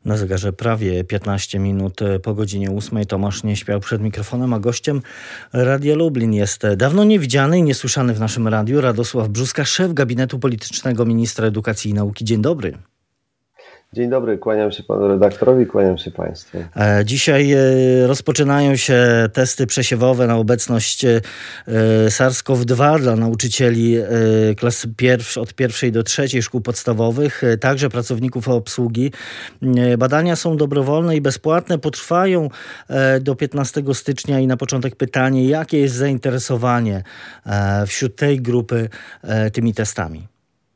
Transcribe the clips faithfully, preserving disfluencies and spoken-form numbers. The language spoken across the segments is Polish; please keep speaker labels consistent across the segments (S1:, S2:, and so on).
S1: Na zegarze prawie piętnaście minut po godzinie ósmej. Tomasz nie śpiał przed mikrofonem, a gościem Radia Lublin jest dawno niewidziany i niesłyszany w naszym radiu Radosław Brzóska, szef gabinetu politycznego ministra edukacji i nauki. Dzień dobry.
S2: Dzień dobry, kłaniam się panu redaktorowi, kłaniam się państwu.
S1: Dzisiaj rozpoczynają się testy przesiewowe na obecność SARS-CoV dwa dla nauczycieli klas pierwsz, od pierwszej do trzeciej szkół podstawowych, także pracowników obsługi. Badania są dobrowolne i bezpłatne, potrwają do piętnastego stycznia i na początek pytanie, jakie jest zainteresowanie wśród tej grupy tymi testami?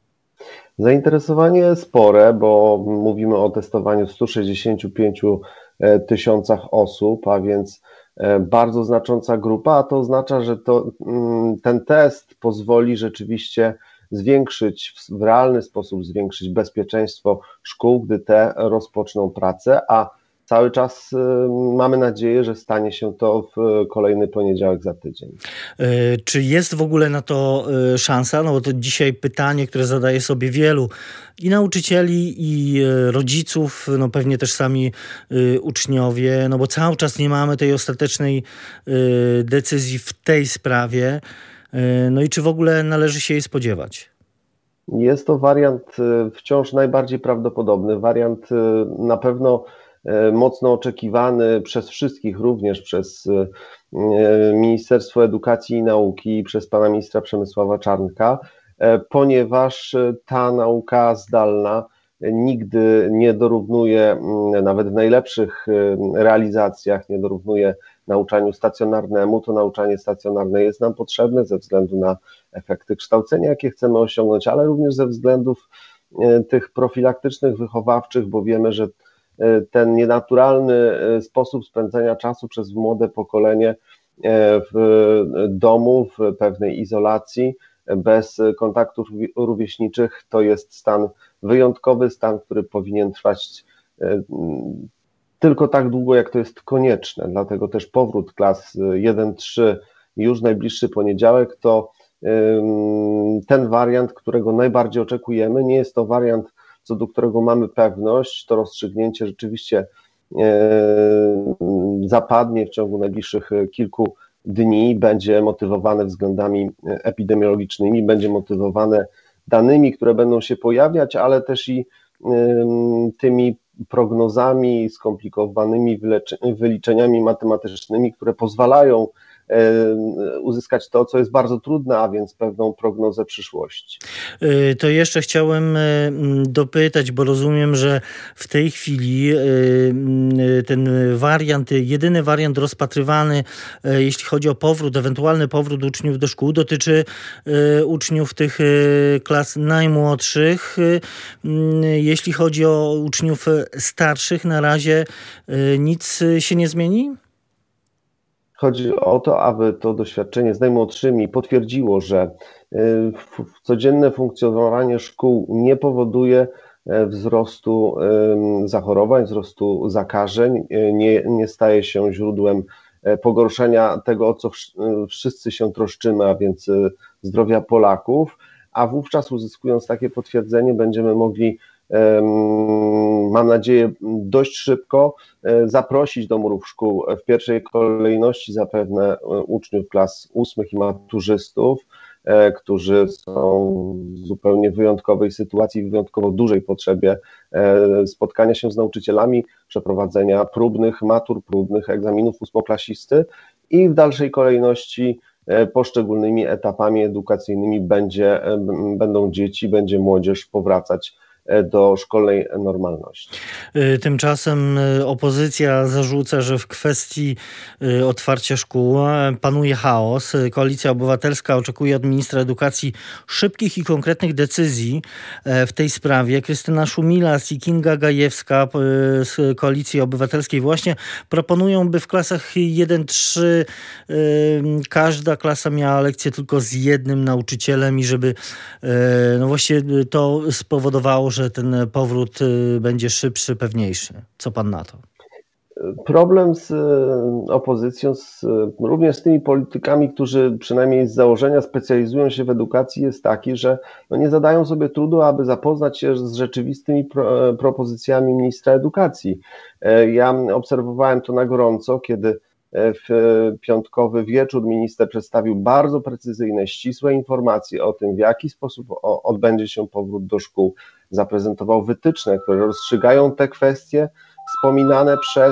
S2: Zainteresowanie spore, bo mówimy o testowaniu stu sześćdziesięciu pięciu tysiącach osób, a więc bardzo znacząca grupa, a to oznacza, że to, ten test pozwoli rzeczywiście zwiększyć, w realny sposób zwiększyć bezpieczeństwo szkół, gdy te rozpoczną pracę, a cały czas mamy nadzieję, że stanie się to w kolejny poniedziałek za tydzień.
S1: Czy jest w ogóle na to szansa? No bo to dzisiaj pytanie, które zadaje sobie wielu i nauczycieli, i rodziców, no pewnie też sami uczniowie, no bo cały czas nie mamy tej ostatecznej decyzji w tej sprawie. No i czy w ogóle należy się jej spodziewać?
S2: Jest to wariant wciąż najbardziej prawdopodobny, wariant na pewno mocno oczekiwany przez wszystkich, również przez Ministerstwo Edukacji i Nauki, przez pana ministra Przemysława Czarnka, ponieważ ta nauka zdalna nigdy nie dorównuje, nawet w najlepszych realizacjach, nie dorównuje nauczaniu stacjonarnemu. To nauczanie stacjonarne jest nam potrzebne ze względu na efekty kształcenia, jakie chcemy osiągnąć, ale również ze względów tych profilaktycznych, wychowawczych, bo wiemy, że ten nienaturalny sposób spędzania czasu przez młode pokolenie w domu, w pewnej izolacji, bez kontaktów rówieśniczych, to jest stan wyjątkowy, stan, który powinien trwać tylko tak długo, jak to jest konieczne. Dlatego też powrót klas jeden trzy już najbliższy poniedziałek to ten wariant, którego najbardziej oczekujemy. Nie jest to wariant, co do którego mamy pewność, to rozstrzygnięcie rzeczywiście zapadnie w ciągu najbliższych kilku dni, będzie motywowane względami epidemiologicznymi, będzie motywowane danymi, które będą się pojawiać, ale też i tymi prognozami, skomplikowanymi wyliczeniami matematycznymi, które pozwalają uzyskać to, co jest bardzo trudne, a więc pewną prognozę przyszłości.
S1: To jeszcze chciałem dopytać, bo rozumiem, że w tej chwili ten wariant, jedyny wariant rozpatrywany, jeśli chodzi o powrót, ewentualny powrót uczniów do szkół, dotyczy uczniów tych klas najmłodszych. Jeśli chodzi o uczniów starszych, na razie nic się nie zmieni?
S2: Chodzi o to, aby to doświadczenie z najmłodszymi potwierdziło, że codzienne funkcjonowanie szkół nie powoduje wzrostu zachorowań, wzrostu zakażeń, nie, nie staje się źródłem pogorszenia tego, o co wszyscy się troszczymy, a więc zdrowia Polaków, a wówczas uzyskując takie potwierdzenie będziemy mogli, mam nadzieję, dość szybko zaprosić do murów szkół w pierwszej kolejności zapewne uczniów klas ósmych i maturzystów, którzy są w zupełnie wyjątkowej sytuacji, w wyjątkowo dużej potrzebie spotkania się z nauczycielami, przeprowadzenia próbnych matur, próbnych egzaminów ósmoklasisty i w dalszej kolejności poszczególnymi etapami edukacyjnymi będzie, będą dzieci, będzie młodzież powracać do szkolnej normalności.
S1: Tymczasem opozycja zarzuca, że w kwestii otwarcia szkół panuje chaos. Koalicja Obywatelska oczekuje od ministra edukacji szybkich i konkretnych decyzji w tej sprawie. Krystyna Szumilas i Kinga Gajewska z Koalicji Obywatelskiej właśnie proponują, by w klasach jeden trzy każda klasa miała lekcję tylko z jednym nauczycielem i żeby no właśnie to spowodowało, że ten powrót będzie szybszy, pewniejszy. Co pan na to?
S2: Problem z opozycją, z, również z tymi politykami, którzy przynajmniej z założenia specjalizują się w edukacji, jest taki, że no nie zadają sobie trudu, aby zapoznać się z rzeczywistymi pro, propozycjami ministra edukacji. Ja obserwowałem to na gorąco, kiedy w piątkowy wieczór minister przedstawił bardzo precyzyjne, ścisłe informacje o tym, w jaki sposób odbędzie się powrót do szkół. Zaprezentował wytyczne, które rozstrzygają te kwestie wspominane przez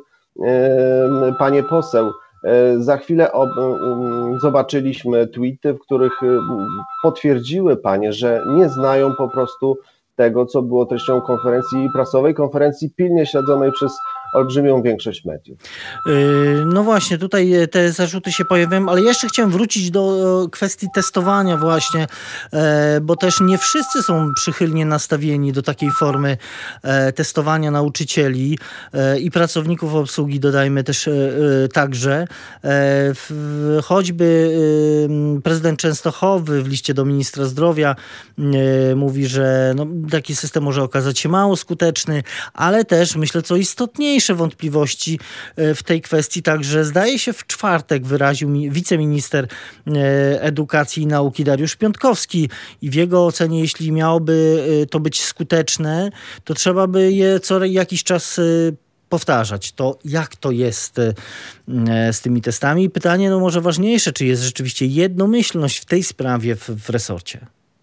S2: panię poseł. Za chwilę ob, zobaczyliśmy tweety, w których potwierdziły panie, że nie znają po prostu tego, co było treścią konferencji prasowej, konferencji pilnie śledzonej przez olbrzymią większość mediów.
S1: No właśnie, tutaj te zarzuty się pojawiają, ale jeszcze chciałem wrócić do kwestii testowania właśnie, bo też nie wszyscy są przychylnie nastawieni do takiej formy testowania nauczycieli i pracowników obsługi, dodajmy też także. Choćby prezydent Częstochowy w liście do ministra zdrowia mówi, że no, taki system może okazać się mało skuteczny, ale też myślę, co istotniejsze, wątpliwości w tej kwestii. Także zdaje się w czwartek wyraził mi wiceminister edukacji i nauki Dariusz Piontkowski i w jego ocenie, jeśli miałoby to być skuteczne, to trzeba by je co jakiś czas powtarzać. To jak to jest z tymi testami? Pytanie no może ważniejsze, czy jest rzeczywiście jednomyślność w tej sprawie w, w resorcie?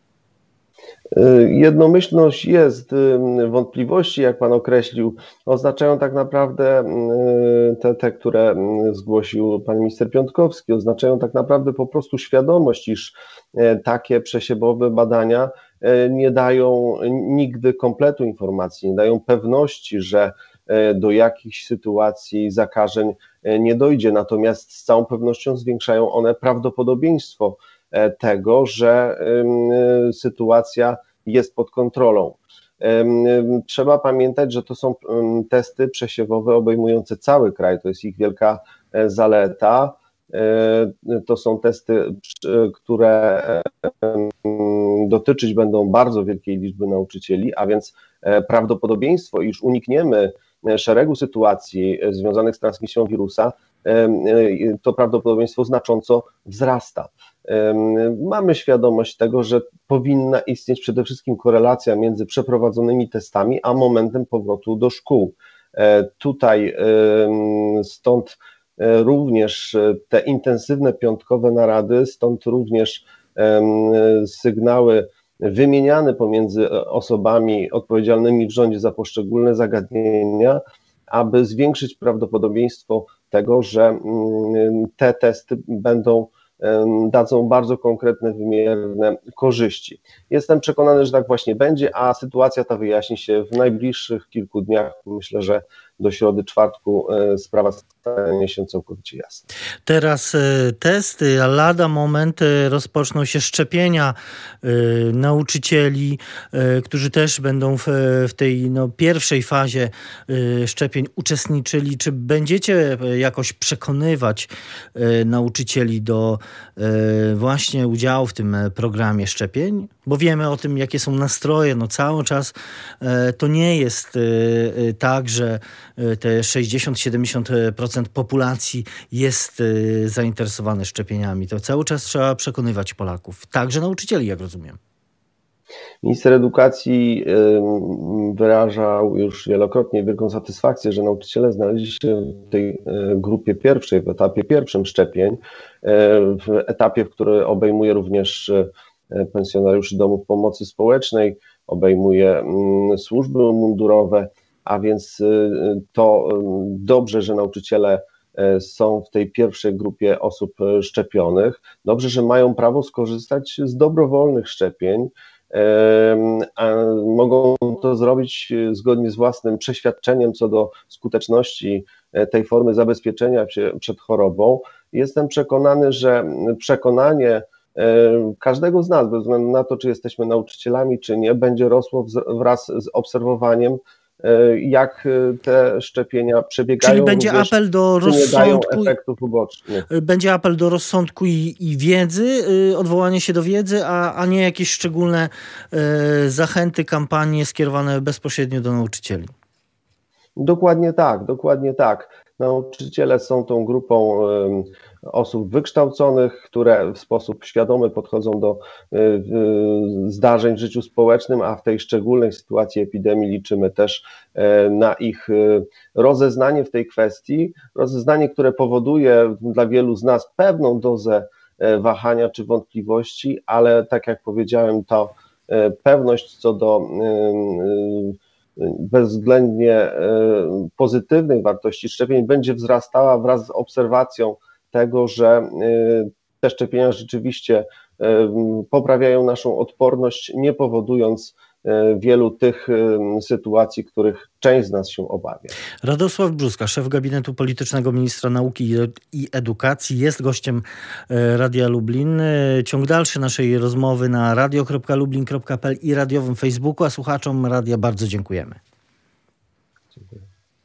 S2: Jednomyślność jest, wątpliwości, jak pan określił, oznaczają tak naprawdę te, te, które zgłosił pan minister Piontkowski, oznaczają tak naprawdę po prostu świadomość, iż takie przesiewowe badania nie dają nigdy kompletu informacji, nie dają pewności, że do jakichś sytuacji zakażeń nie dojdzie, natomiast z całą pewnością zwiększają one prawdopodobieństwo tego, że sytuacja jest pod kontrolą. Trzeba pamiętać, że to są testy przesiewowe obejmujące cały kraj, to jest ich wielka zaleta. To są testy, które dotyczyć będą bardzo wielkiej liczby nauczycieli, a więc prawdopodobieństwo, iż unikniemy szeregu sytuacji związanych z transmisją wirusa, to prawdopodobieństwo znacząco wzrasta. Mamy świadomość tego, że powinna istnieć przede wszystkim korelacja między przeprowadzonymi testami a momentem powrotu do szkół. Tutaj stąd również te intensywne piątkowe narady, stąd również sygnały wymieniane pomiędzy osobami odpowiedzialnymi w rządzie za poszczególne zagadnienia, aby zwiększyć prawdopodobieństwo tego, że te testy będą, dadzą bardzo konkretne, wymierne korzyści. Jestem przekonany, że tak właśnie będzie, a sytuacja ta wyjaśni się w najbliższych kilku dniach. Myślę, że do środy, czwartku sprawa stanie się całkowicie jasna.
S1: Teraz testy, a lada moment rozpoczną się szczepienia y, nauczycieli, y, którzy też będą w, w tej no, pierwszej fazie y, szczepień uczestniczyli. Czy będziecie jakoś przekonywać y, nauczycieli do y, właśnie udziału w tym programie szczepień? Bo wiemy o tym, jakie są nastroje. No, cały czas y, to nie jest y, y, tak, że te sześćdziesiąt do siedemdziesięciu procent populacji jest zainteresowane szczepieniami. To cały czas trzeba przekonywać Polaków, także nauczycieli, jak rozumiem.
S2: Minister edukacji wyrażał już wielokrotnie wielką satysfakcję, że nauczyciele znaleźli się w tej grupie pierwszej, w etapie pierwszym szczepień, w etapie, który obejmuje również pensjonariuszy domów pomocy społecznej, obejmuje służby mundurowe, a więc to dobrze, że nauczyciele są w tej pierwszej grupie osób szczepionych. Dobrze, że mają prawo skorzystać z dobrowolnych szczepień, a mogą to zrobić zgodnie z własnym przeświadczeniem co do skuteczności tej formy zabezpieczenia się przed chorobą. Jestem przekonany, że przekonanie każdego z nas, bez względu na to, czy jesteśmy nauczycielami, czy nie, będzie rosło wraz z obserwowaniem, jak te szczepienia przebiegają.
S1: Czyli będzie
S2: również,
S1: apel do rozsądku.
S2: Nie dają efektów ubocznych.
S1: Będzie apel do rozsądku i, i wiedzy, odwołanie się do wiedzy, a, a nie jakieś szczególne zachęty, kampanie skierowane bezpośrednio do nauczycieli.
S2: Dokładnie tak, dokładnie tak. Nauczyciele są tą grupą osób wykształconych, które w sposób świadomy podchodzą do zdarzeń w życiu społecznym, a w tej szczególnej sytuacji epidemii liczymy też na ich rozeznanie w tej kwestii. Rozeznanie, które powoduje dla wielu z nas pewną dozę wahania czy wątpliwości, ale tak jak powiedziałem, to pewność co do bezwzględnie pozytywnej wartości szczepień będzie wzrastała wraz z obserwacją tego, że te szczepienia rzeczywiście poprawiają naszą odporność, nie powodując wielu tych sytuacji, których część z nas się obawia.
S1: Radosław Brzuska, szef gabinetu politycznego ministra nauki i edukacji, jest gościem Radia Lublin. Ciąg dalszy naszej rozmowy na radio kropka lublin kropka p l i radiowym Facebooku, a słuchaczom radia bardzo dziękujemy.
S2: Dziękuję.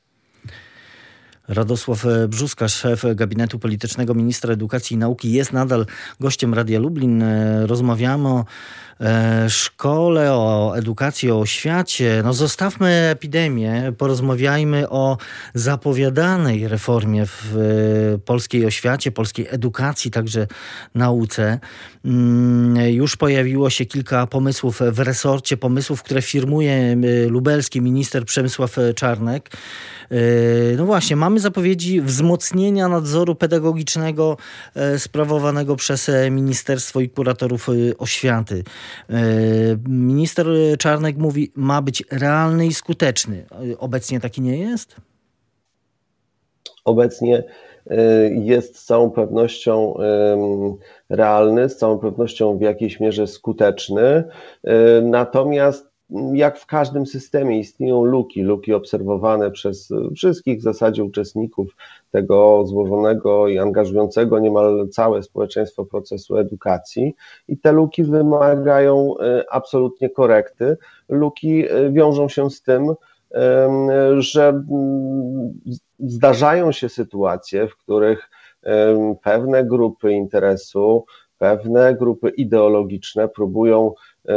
S1: Radosław Brzuska, szef gabinetu politycznego ministra edukacji i nauki, jest nadal gościem Radia Lublin. Rozmawiamy o szkole, o edukacji, o oświacie. No zostawmy epidemię, porozmawiajmy o zapowiadanej reformie w polskiej oświacie, polskiej edukacji, także nauce. Już pojawiło się kilka pomysłów w resorcie, pomysłów, które firmuje lubelski minister Przemysław Czarnek. No właśnie, mamy zapowiedzi wzmocnienia nadzoru pedagogicznego sprawowanego przez ministerstwo i kuratorów oświaty. Minister Czarnek mówi, ma być realny i skuteczny. Obecnie taki nie jest?
S2: Obecnie jest z całą pewnością realny, z całą pewnością w jakiejś mierze skuteczny. Natomiast jak w każdym systemie istnieją luki, luki obserwowane przez wszystkich w zasadzie uczestników tego złożonego i angażującego niemal całe społeczeństwo procesu edukacji i te luki wymagają absolutnie korekty. Luki wiążą się z tym, że zdarzają się sytuacje, w których pewne grupy interesu, pewne grupy ideologiczne próbują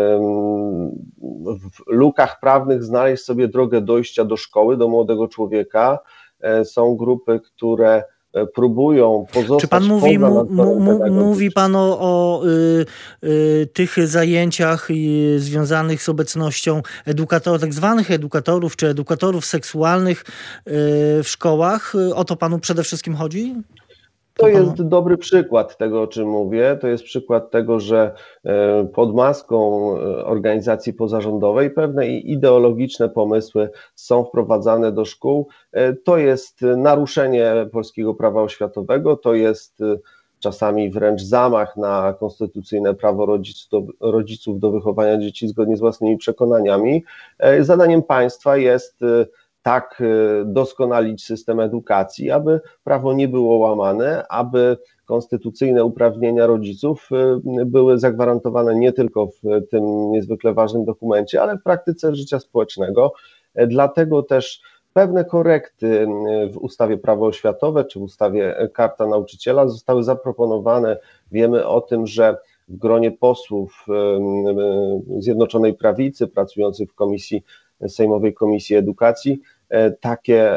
S2: w lukach prawnych znaleźć sobie drogę dojścia do szkoły, do młodego człowieka. Są grupy, które próbują pozostać.
S1: Czy pan mówi, mu, mu, mówi pan o, o y, y, tych zajęciach y, związanych z obecnością edukatorów, tak zwanych edukatorów, czy edukatorów seksualnych y, w szkołach? O to panu przede wszystkim chodzi?
S2: To jest dobry przykład tego, o czym mówię. To jest przykład tego, że pod maską organizacji pozarządowej pewne ideologiczne pomysły są wprowadzane do szkół. To jest naruszenie polskiego prawa oświatowego, to jest czasami wręcz zamach na konstytucyjne prawo rodziców do, rodziców do wychowania dzieci zgodnie z własnymi przekonaniami. Zadaniem państwa jest tak doskonalić system edukacji, aby prawo nie było łamane, aby konstytucyjne uprawnienia rodziców były zagwarantowane nie tylko w tym niezwykle ważnym dokumencie, ale w praktyce życia społecznego. Dlatego też pewne korekty w ustawie Prawo oświatowe czy w ustawie Karta Nauczyciela zostały zaproponowane. Wiemy o tym, że w gronie posłów Zjednoczonej Prawicy pracujących w komisji Sejmowej Komisji Edukacji takie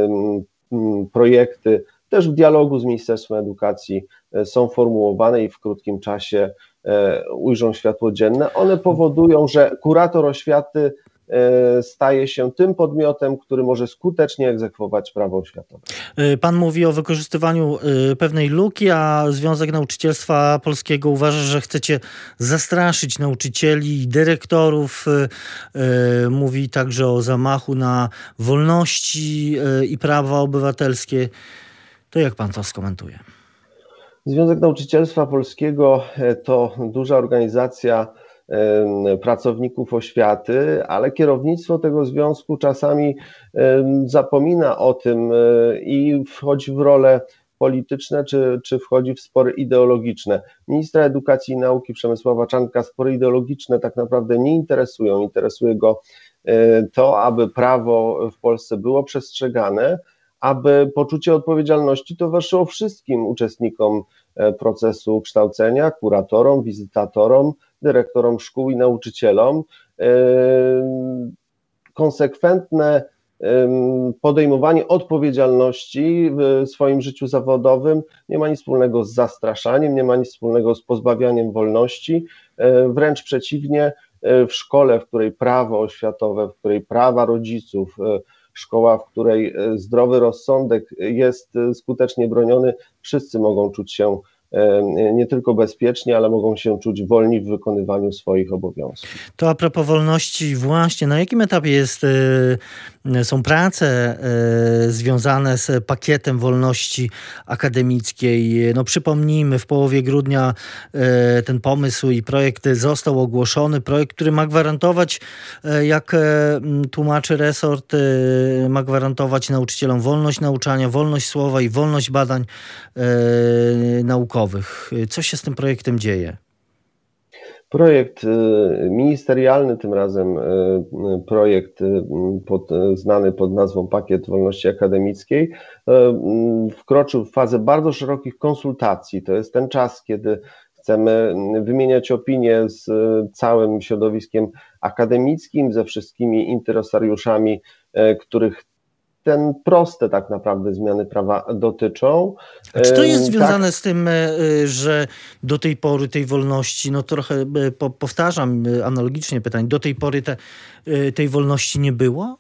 S2: projekty też w dialogu z Ministerstwem Edukacji są formułowane i w krótkim czasie ujrzą światło dzienne. One powodują, że kurator oświaty staje się tym podmiotem, który może skutecznie egzekwować prawo oświatowe.
S1: Pan mówi o wykorzystywaniu pewnej luki, a Związek Nauczycielstwa Polskiego uważa, że chcecie zastraszyć nauczycieli i dyrektorów. Mówi także o zamachu na wolności i prawa obywatelskie. To jak pan to skomentuje?
S2: Związek Nauczycielstwa Polskiego to duża organizacja pracowników oświaty, ale kierownictwo tego związku czasami zapomina o tym i wchodzi w role polityczne, czy, czy wchodzi w spory ideologiczne. Ministra Edukacji i Nauki Przemysława Czarnka spory ideologiczne tak naprawdę nie interesują. Interesuje go to, aby prawo w Polsce było przestrzegane, aby poczucie odpowiedzialności towarzyszyło wszystkim uczestnikom procesu kształcenia, kuratorom, wizytatorom, dyrektorom szkół i nauczycielom. Konsekwentne podejmowanie odpowiedzialności w swoim życiu zawodowym nie ma nic wspólnego z zastraszaniem, nie ma nic wspólnego z pozbawianiem wolności, wręcz przeciwnie, w szkole, w której prawo oświatowe, w której prawa rodziców, szkoła, w której zdrowy rozsądek jest skutecznie broniony, wszyscy mogą czuć się nie tylko bezpiecznie, ale mogą się czuć wolni w wykonywaniu swoich obowiązków.
S1: To a propos wolności właśnie, na jakim etapie jest, są prace związane z pakietem wolności akademickiej? No przypomnijmy, w połowie grudnia ten pomysł i projekt został ogłoszony. Projekt, który ma gwarantować, jak tłumaczy resort, ma gwarantować nauczycielom wolność nauczania, wolność słowa i wolność badań naukowych. Co się z tym projektem dzieje?
S2: Projekt ministerialny, tym razem projekt pod, znany pod nazwą Pakiet Wolności Akademickiej, wkroczył w fazę bardzo szerokich konsultacji. To jest ten czas, kiedy chcemy wymieniać opinie z całym środowiskiem akademickim, ze wszystkimi interesariuszami, których ten proste tak naprawdę zmiany prawa dotyczą.
S1: A czy to jest związane tak z tym, że do tej pory tej wolności, no trochę powtarzam analogicznie pytanie, do tej pory te, tej wolności nie było?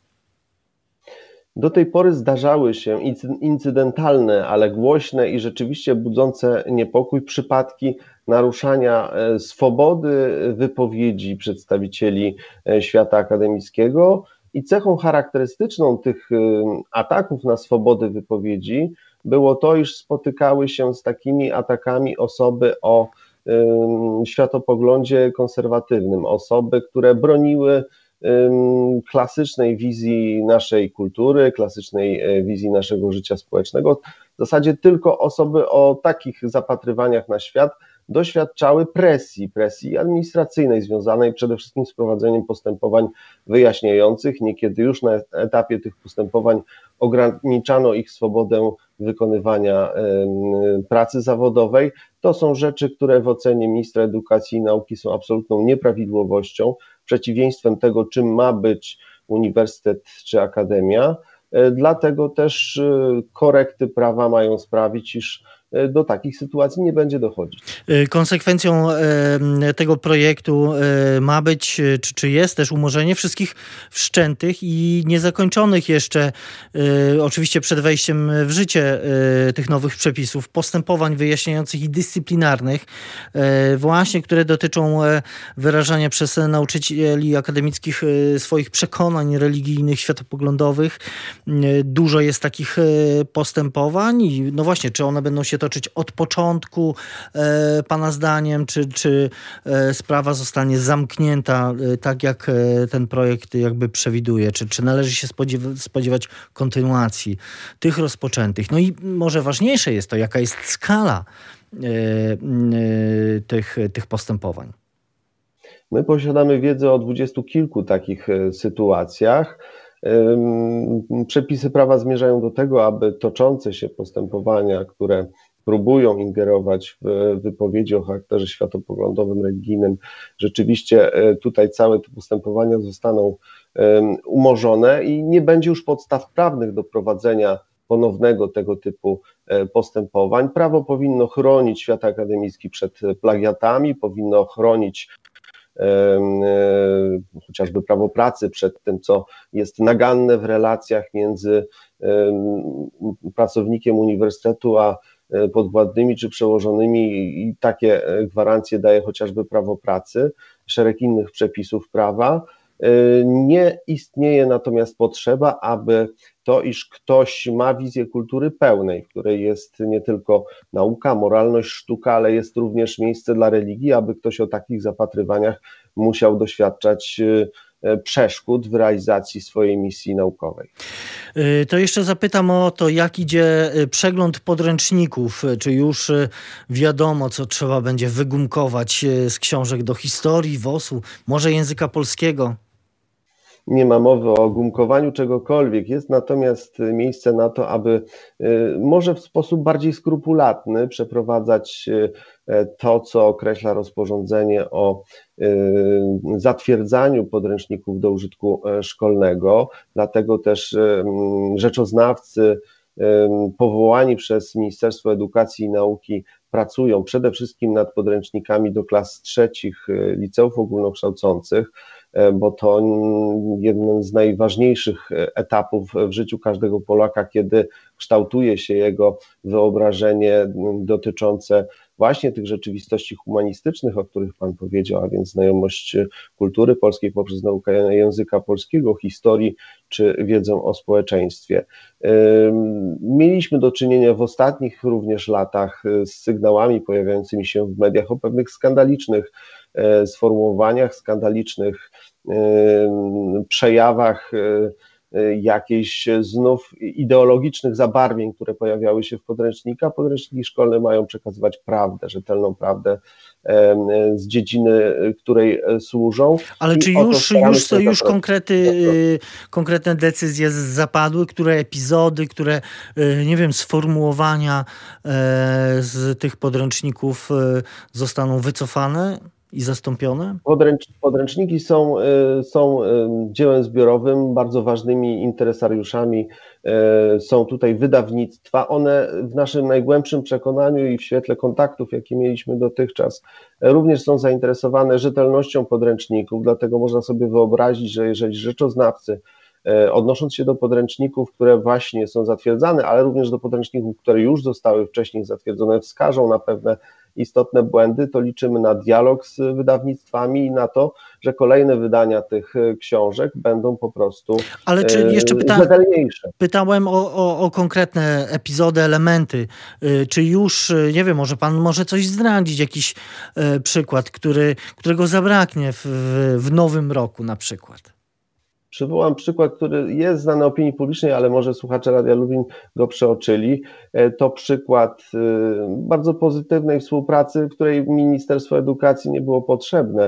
S2: Do tej pory zdarzały się incydentalne, ale głośne i rzeczywiście budzące niepokój przypadki naruszania swobody wypowiedzi przedstawicieli świata akademickiego. I cechą charakterystyczną tych ataków na swobodę wypowiedzi było to, iż spotykały się z takimi atakami osoby o światopoglądzie konserwatywnym, osoby, które broniły klasycznej wizji naszej kultury, klasycznej wizji naszego życia społecznego. W zasadzie tylko osoby o takich zapatrywaniach na świat doświadczały presji, presji administracyjnej związanej przede wszystkim z prowadzeniem postępowań wyjaśniających. Niekiedy już na etapie tych postępowań ograniczano ich swobodę wykonywania pracy zawodowej. To są rzeczy, które w ocenie ministra edukacji i nauki są absolutną nieprawidłowością, przeciwieństwem tego, czym ma być uniwersytet czy akademia. Dlatego też korekty prawa mają sprawić, iż do takich sytuacji nie będzie dochodzić.
S1: Konsekwencją tego projektu ma być, czy, czy jest też umorzenie wszystkich wszczętych i niezakończonych jeszcze, oczywiście przed wejściem w życie tych nowych przepisów, postępowań wyjaśniających i dyscyplinarnych, właśnie, które dotyczą wyrażania przez nauczycieli akademickich swoich przekonań religijnych, światopoglądowych. Dużo jest takich postępowań i no właśnie, czy one będą się toczyć od początku e, Pana zdaniem, czy, czy e, sprawa zostanie zamknięta e, tak jak e, ten projekt jakby przewiduje, czy, czy należy się spodziew- spodziewać kontynuacji tych rozpoczętych. No i może ważniejsze jest to, jaka jest skala e, e, tych, tych postępowań.
S2: My posiadamy wiedzę o dwudziestu kilku takich sytuacjach. Przepisy prawa zmierzają do tego, aby toczące się postępowania, które próbują ingerować w wypowiedzi o charakterze światopoglądowym, religijnym, rzeczywiście tutaj całe te postępowania zostaną umorzone i nie będzie już podstaw prawnych do prowadzenia ponownego tego typu postępowań. Prawo powinno chronić świat akademicki przed plagiatami, powinno chronić chociażby prawo pracy przed tym, co jest naganne w relacjach między pracownikiem uniwersytetu a podwładnymi czy przełożonymi, i takie gwarancje daje chociażby prawo pracy, szereg innych przepisów prawa. Nie istnieje natomiast potrzeba, aby to, iż ktoś ma wizję kultury pełnej, w której jest nie tylko nauka, moralność, sztuka, ale jest również miejsce dla religii, aby ktoś o takich zapatrywaniach musiał doświadczać przeszkód w realizacji swojej misji naukowej.
S1: To jeszcze zapytam o to, jak idzie przegląd podręczników. Czy już wiadomo, co trzeba będzie wygumkować z książek do historii, W O S-u, może języka polskiego?
S2: nie ma mowy o gumkowaniu czegokolwiek. Jest natomiast miejsce na to, aby może w sposób bardziej skrupulatny przeprowadzać to, co określa rozporządzenie o zatwierdzaniu podręczników do użytku szkolnego. Dlatego też rzeczoznawcy powołani przez Ministerstwo Edukacji i Nauki pracują przede wszystkim nad podręcznikami do klas trzecich liceów ogólnokształcących, bo to jeden z najważniejszych etapów w życiu każdego Polaka, kiedy kształtuje się jego wyobrażenie dotyczące właśnie tych rzeczywistości humanistycznych, o których Pan powiedział, a więc znajomość kultury polskiej poprzez naukę języka polskiego, historii czy wiedzę o społeczeństwie. Mieliśmy do czynienia w ostatnich również latach z sygnałami pojawiającymi się w mediach o pewnych skandalicznych sformułowaniach, skandalicznych przejawach jakichś znów ideologicznych zabarwień, które pojawiały się w podręcznikach. Podręczniki szkolne mają przekazywać prawdę, rzetelną prawdę z dziedziny, której służą.
S1: Ale czy już, już, już konkrety, konkretne decyzje zapadły, które epizody, które, nie wiem, sformułowania z tych podręczników zostaną wycofane i zastąpione?
S2: Podręcz, podręczniki są, są dziełem zbiorowym, bardzo ważnymi interesariuszami są tutaj wydawnictwa. One w naszym najgłębszym przekonaniu i w świetle kontaktów, jakie mieliśmy dotychczas, również są zainteresowane rzetelnością podręczników, dlatego można sobie wyobrazić, że jeżeli rzeczoznawcy, odnosząc się do podręczników, które właśnie są zatwierdzane, ale również do podręczników, które już zostały wcześniej zatwierdzone, wskażą na pewne istotne błędy, to liczymy na dialog z wydawnictwami i na to, że kolejne wydania tych książek będą po prostu
S1: Ale czy jeszcze pyta,
S2: rzetelniejsze.
S1: Pytałem o, o, o konkretne epizody, elementy. Czy już, nie wiem, może pan może coś zdradzić, jakiś przykład, który, którego zabraknie w, w nowym roku na przykład?
S2: Przywołam przykład, który jest znany opinii publicznej, ale może słuchacze Radia Lublin go przeoczyli. To przykład bardzo pozytywnej współpracy, w której Ministerstwo Edukacji nie było potrzebne.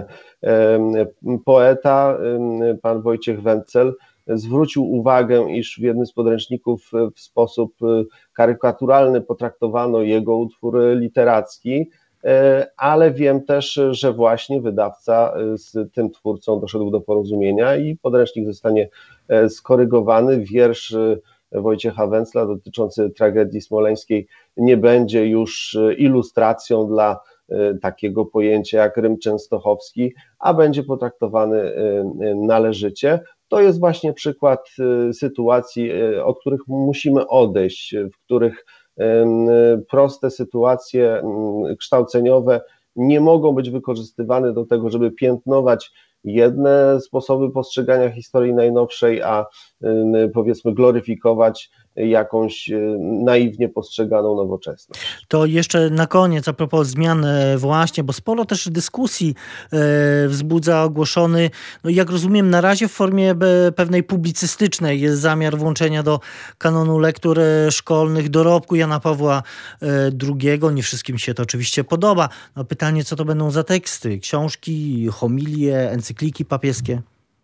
S2: Poeta, pan Wojciech Wencel, zwrócił uwagę, iż w jednym z podręczników w sposób karykaturalny potraktowano jego utwór literacki, ale wiem też, że właśnie wydawca z tym twórcą doszedł do porozumienia i podręcznik zostanie skorygowany. Wiersz Wojciecha Wencla dotyczący tragedii smoleńskiej nie będzie już ilustracją dla takiego pojęcia jak Rym Częstochowski, a będzie potraktowany należycie. To jest właśnie przykład sytuacji, od których musimy odejść, w których proste sytuacje kształceniowe nie mogą być wykorzystywane do tego, żeby piętnować jedne sposoby postrzegania historii najnowszej, a powiedzmy gloryfikować jakąś naiwnie postrzeganą nowoczesność.
S1: To jeszcze na koniec, a propos zmian właśnie, bo sporo też dyskusji wzbudza ogłoszony, no jak rozumiem, na razie w formie pewnej publicystycznej jest zamiar włączenia do kanonu lektur szkolnych dorobku Jana Pawła drugiego. Nie wszystkim się to oczywiście podoba. No pytanie, co to będą za teksty? Książki, homilie, encykliki papieskie?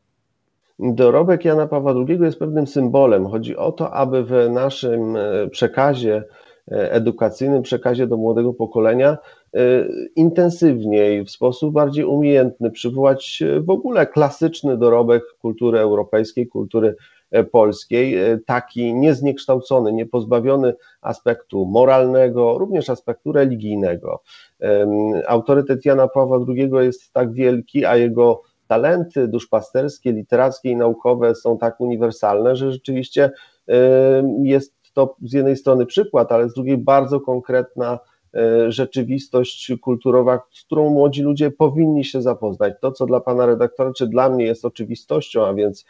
S2: Dorobek Jana Pawła drugiego jest pewnym symbolem. Chodzi o to, aby w naszym przekazie edukacyjnym, przekazie do młodego pokolenia intensywniej, w sposób bardziej umiejętny przywołać w ogóle klasyczny dorobek kultury europejskiej, kultury polskiej, taki niezniekształcony, niepozbawiony aspektu moralnego, również aspektu religijnego. Autorytet Jana Pawła drugiego jest tak wielki, a jego talenty duszpasterskie, literackie i naukowe są tak uniwersalne, że rzeczywiście jest to z jednej strony przykład, ale z drugiej bardzo konkretna rzeczywistość kulturowa, z którą młodzi ludzie powinni się zapoznać. To, co dla pana redaktora, czy dla mnie jest oczywistością, a więc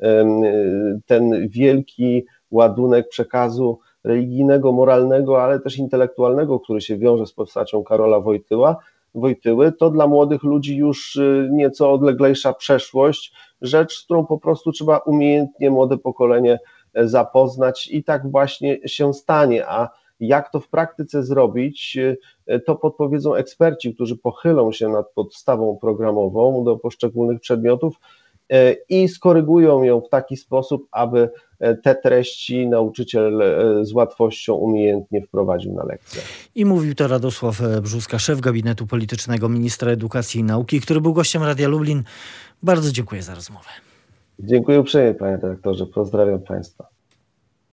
S2: ten wielki ładunek przekazu religijnego, moralnego, ale też intelektualnego, który się wiąże z postacią Karola Wojtyła, Wojtyły, to dla młodych ludzi już nieco odleglejsza przeszłość, rzecz, z którą po prostu trzeba umiejętnie młode pokolenie zapoznać i tak właśnie się stanie, a jak to w praktyce zrobić, to podpowiedzą eksperci, którzy pochylą się nad podstawą programową do poszczególnych przedmiotów i skorygują ją w taki sposób, aby te treści nauczyciel z łatwością, umiejętnie wprowadził na lekcję.
S1: I mówił to Radosław Brzuska, szef gabinetu politycznego ministra edukacji i nauki, który był gościem Radia Lublin. Bardzo dziękuję za rozmowę.
S2: Dziękuję uprzejmie, panie redaktorze. Pozdrawiam państwa.